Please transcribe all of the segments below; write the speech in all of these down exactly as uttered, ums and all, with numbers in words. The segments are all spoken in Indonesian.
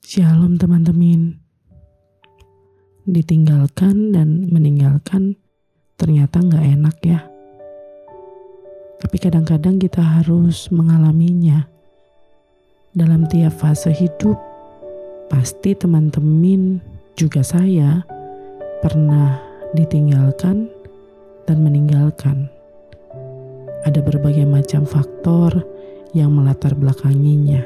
Shalom teman-teman. Ditinggalkan dan meninggalkan ternyata gak enak ya. Tapi kadang-kadang kita harus mengalaminya. Dalam tiap fase hidup, pasti teman-teman juga saya pernah ditinggalkan dan meninggalkan. Ada berbagai macam faktor yang melatar belakanginya.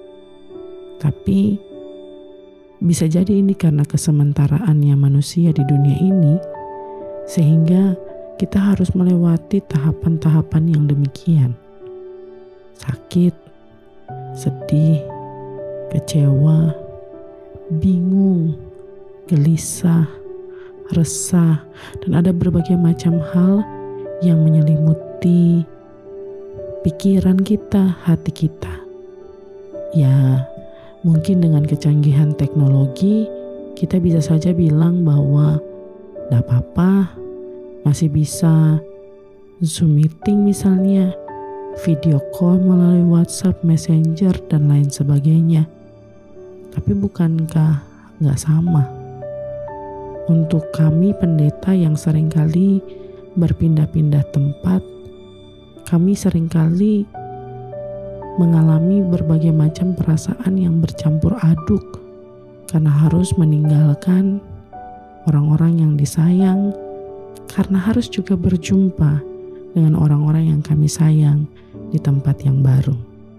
Tapi bisa jadi ini karena kesementaraannya manusia di dunia ini, sehingga kita harus melewati tahapan-tahapan yang demikian. Sakit, sedih, kecewa, bingung, gelisah, resah, dan ada berbagai macam hal yang menyelimuti pikiran kita, hati kita. Ya, mungkin dengan kecanggihan teknologi, kita bisa saja bilang bahwa gak apa-apa, masih bisa Zoom meeting misalnya, video call melalui WhatsApp, Messenger, dan lain sebagainya. Tapi bukankah gak sama? Untuk kami pendeta yang seringkali berpindah-pindah tempat, kami seringkali mengalami berbagai macam perasaan yang bercampur aduk karena harus meninggalkan orang-orang yang disayang, karena harus juga berjumpa dengan orang-orang yang kami sayang di tempat yang baru.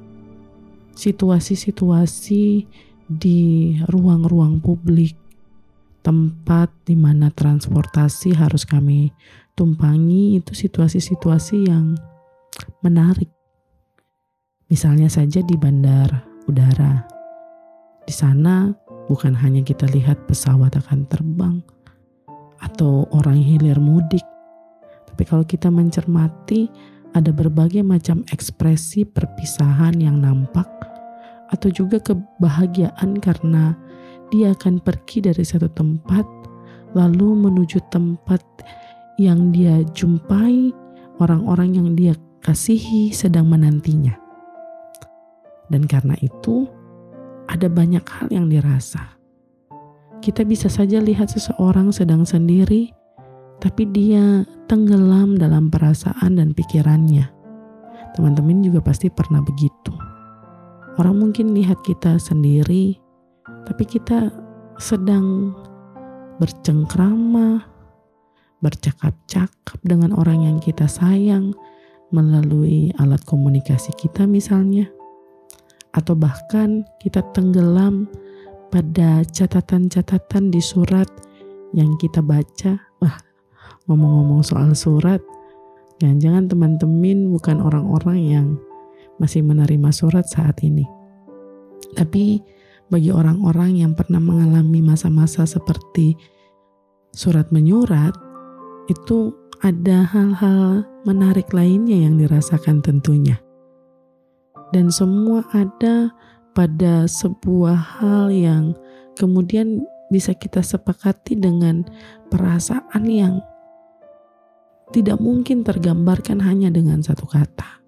Situasi-situasi di ruang-ruang publik, tempat di mana transportasi harus kami tumpangi, itu situasi-situasi yang menarik. Misalnya saja di bandar udara. Di sana bukan hanya kita lihat pesawat akan terbang atau orang hilir mudik, tapi kalau kita mencermati ada berbagai macam ekspresi perpisahan yang nampak, atau juga kebahagiaan karena dia akan pergi dari satu tempat lalu menuju tempat yang dia jumpai, orang-orang yang dia kasihi sedang menantinya. Dan karena itu, ada banyak hal yang dirasa. Kita bisa saja lihat seseorang sedang sendiri, tapi dia tenggelam dalam perasaan dan pikirannya. Teman-teman juga pasti pernah begitu. Orang mungkin lihat kita sendiri, tapi kita sedang bercengkrama, bercakap-cakap dengan orang yang kita sayang melalui alat komunikasi kita misalnya. Atau bahkan kita tenggelam pada catatan-catatan di surat yang kita baca. Wah, ngomong-ngomong soal surat, jangan-jangan teman-teman bukan orang-orang yang masih menerima surat saat ini. Tapi bagi orang-orang yang pernah mengalami masa-masa seperti surat menyurat, itu ada hal-hal menarik lainnya yang dirasakan tentunya. Dan semua ada pada sebuah hal yang kemudian bisa kita sepakati dengan perasaan yang tidak mungkin tergambarkan hanya dengan satu kata.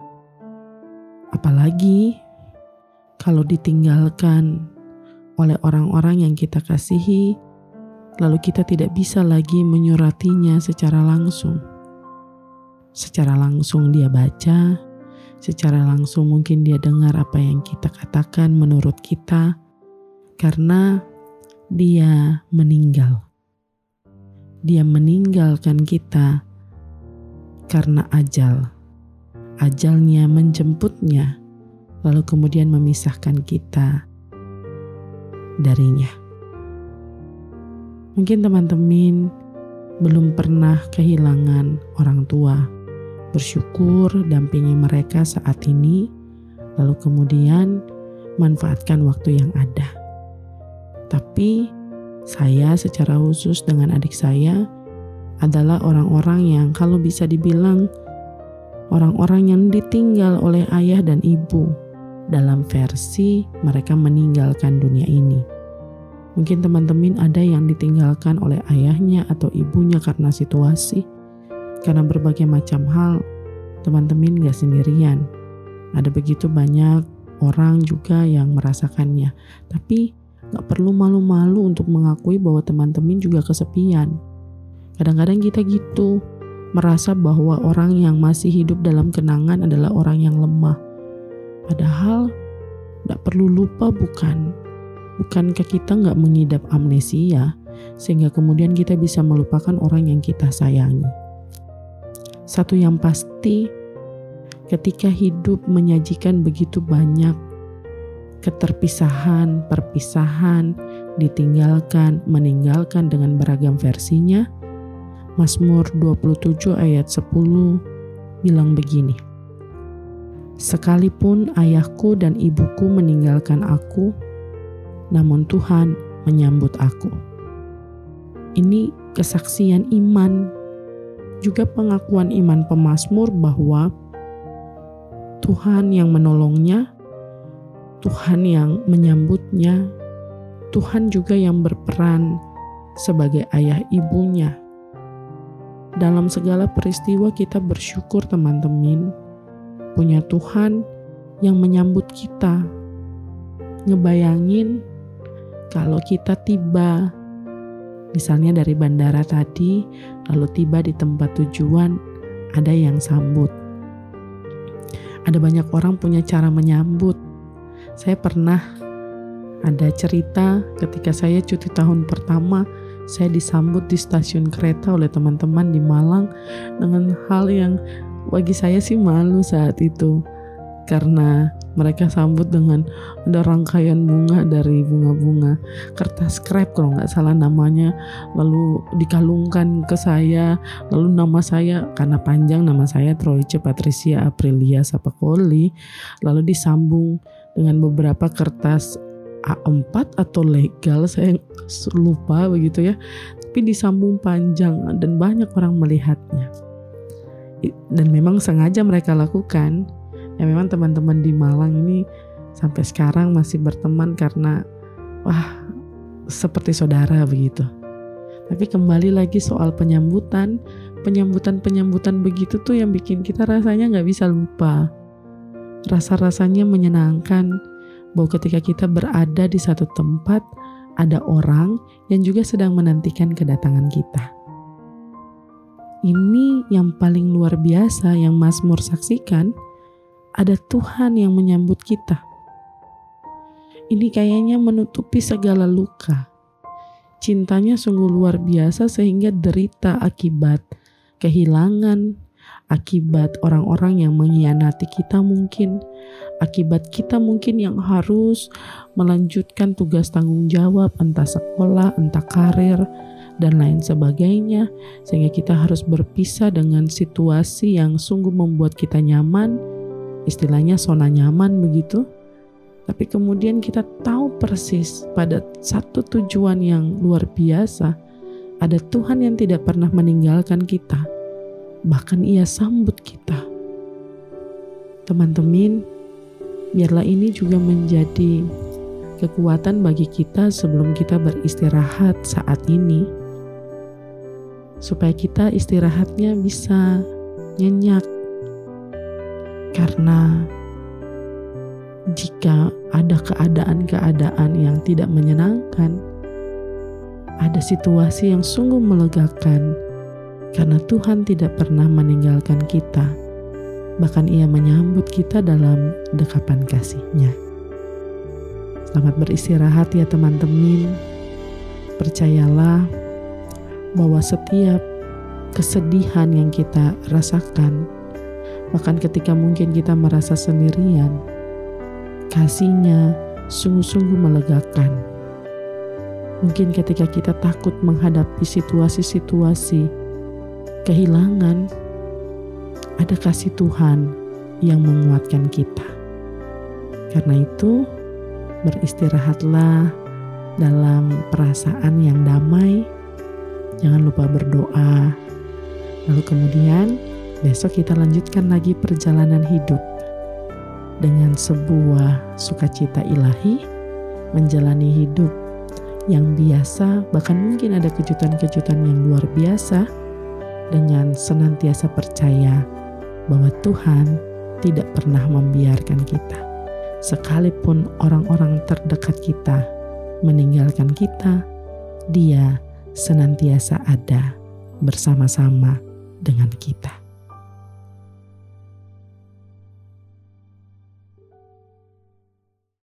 Apalagi kalau ditinggalkan oleh orang-orang yang kita kasihi, lalu kita tidak bisa lagi menyuratinya secara langsung. Secara langsung dia baca, secara langsung mungkin dia dengar apa yang kita katakan menurut kita, karena dia meninggal. Dia meninggalkan kita karena ajal. Ajalnya menjemputnya, lalu kemudian memisahkan kita darinya. Mungkin teman-teman belum pernah kehilangan orang tua. Bersyukur dampingi mereka saat ini, lalu kemudian manfaatkan waktu yang ada. Tapi saya secara khusus dengan adik saya adalah orang-orang yang kalau bisa dibilang orang-orang yang ditinggal oleh ayah dan ibu dalam versi mereka meninggalkan dunia ini. Mungkin teman-teman ada yang ditinggalkan oleh ayahnya atau ibunya karena situasi, karena berbagai macam hal. Teman-teman gak sendirian. Ada begitu banyak orang juga yang merasakannya. Tapi Gak perlu malu-malu untuk mengakui bahwa teman-teman juga kesepian. Kadang-kadang kita gitu, merasa bahwa orang yang masih hidup dalam kenangan adalah orang yang lemah. Padahal gak perlu lupa, bukan? Bukankah kita gak mengidap amnesia sehingga kemudian kita bisa melupakan orang yang kita sayangi? Satu yang pasti, ketika hidup menyajikan begitu banyak keterpisahan, perpisahan, ditinggalkan, meninggalkan dengan beragam versinya, Mazmur dua puluh tujuh ayat sepuluh bilang begini, "Sekalipun ayahku dan ibuku meninggalkan aku, namun Tuhan menyambut aku." Ini kesaksian iman, juga pengakuan iman pemazmur bahwa Tuhan yang menolongnya, Tuhan yang menyambutnya, Tuhan juga yang berperan sebagai ayah ibunya. Dalam segala peristiwa kita bersyukur, teman-teman, punya Tuhan yang menyambut kita. Ngebayangin kalau kita tiba, misalnya dari bandara tadi, lalu tiba di tempat tujuan, ada yang sambut. Ada banyak orang punya cara menyambut. Saya pernah ada cerita ketika saya cuti tahun pertama, saya disambut di stasiun kereta oleh teman-teman di Malang dengan hal yang bagi saya sih malu saat itu. Karena mereka sambut dengan ada rangkaian bunga dari bunga-bunga, kertas krep kalau nggak salah namanya, lalu dikalungkan ke saya, lalu nama saya, karena panjang nama saya Troice Patricia Aprilia Sapakoli, lalu disambung dengan beberapa kertas A empat atau legal, saya lupa begitu ya, tapi disambung panjang dan banyak orang melihatnya. Dan memang sengaja mereka lakukan. Ya memang teman-teman di Malang ini sampai sekarang masih berteman karena wah seperti saudara begitu. Tapi kembali lagi soal penyambutan, penyambutan-penyambutan begitu tuh yang bikin kita rasanya gak bisa lupa. Rasa-rasanya menyenangkan bahwa ketika kita berada di satu tempat, ada orang yang juga sedang menantikan kedatangan kita. Ini yang paling luar biasa yang Mazmur saksikan. Ada Tuhan yang menyambut kita. Ini kayaknya menutupi segala luka. Cintanya sungguh luar biasa sehingga derita akibat kehilangan, akibat orang-orang yang mengkhianati kita mungkin, akibat kita mungkin yang harus melanjutkan tugas tanggung jawab entah sekolah, entah karir, dan lain sebagainya, sehingga kita harus berpisah dengan situasi yang sungguh membuat kita nyaman, istilahnya zona nyaman begitu. Tapi kemudian kita tahu persis pada satu tujuan yang luar biasa, ada Tuhan yang tidak pernah meninggalkan kita, bahkan Ia sambut kita. Teman-teman, biarlah ini juga menjadi kekuatan bagi kita sebelum kita beristirahat saat ini, supaya kita istirahatnya bisa nyenyak. Karena jika ada keadaan-keadaan yang tidak menyenangkan, ada situasi yang sungguh melegakan, karena Tuhan tidak pernah meninggalkan kita, bahkan Ia menyambut kita dalam dekapan kasih-Nya. Selamat beristirahat ya teman-teman. Percayalah bahwa setiap kesedihan yang kita rasakan, bahkan ketika mungkin kita merasa sendirian, kasih-Nya sungguh-sungguh melegakan. Mungkin ketika kita takut menghadapi situasi-situasi kehilangan, ada kasih Tuhan yang menguatkan kita. Karena itu, beristirahatlah dalam perasaan yang damai. Jangan lupa berdoa. Lalu kemudian besok kita lanjutkan lagi perjalanan hidup dengan sebuah sukacita ilahi, menjalani hidup yang biasa, bahkan mungkin ada kejutan-kejutan yang luar biasa, dengan senantiasa percaya bahwa Tuhan tidak pernah membiarkan kita. Sekalipun orang-orang terdekat kita meninggalkan kita, Dia senantiasa ada bersama-sama dengan kita.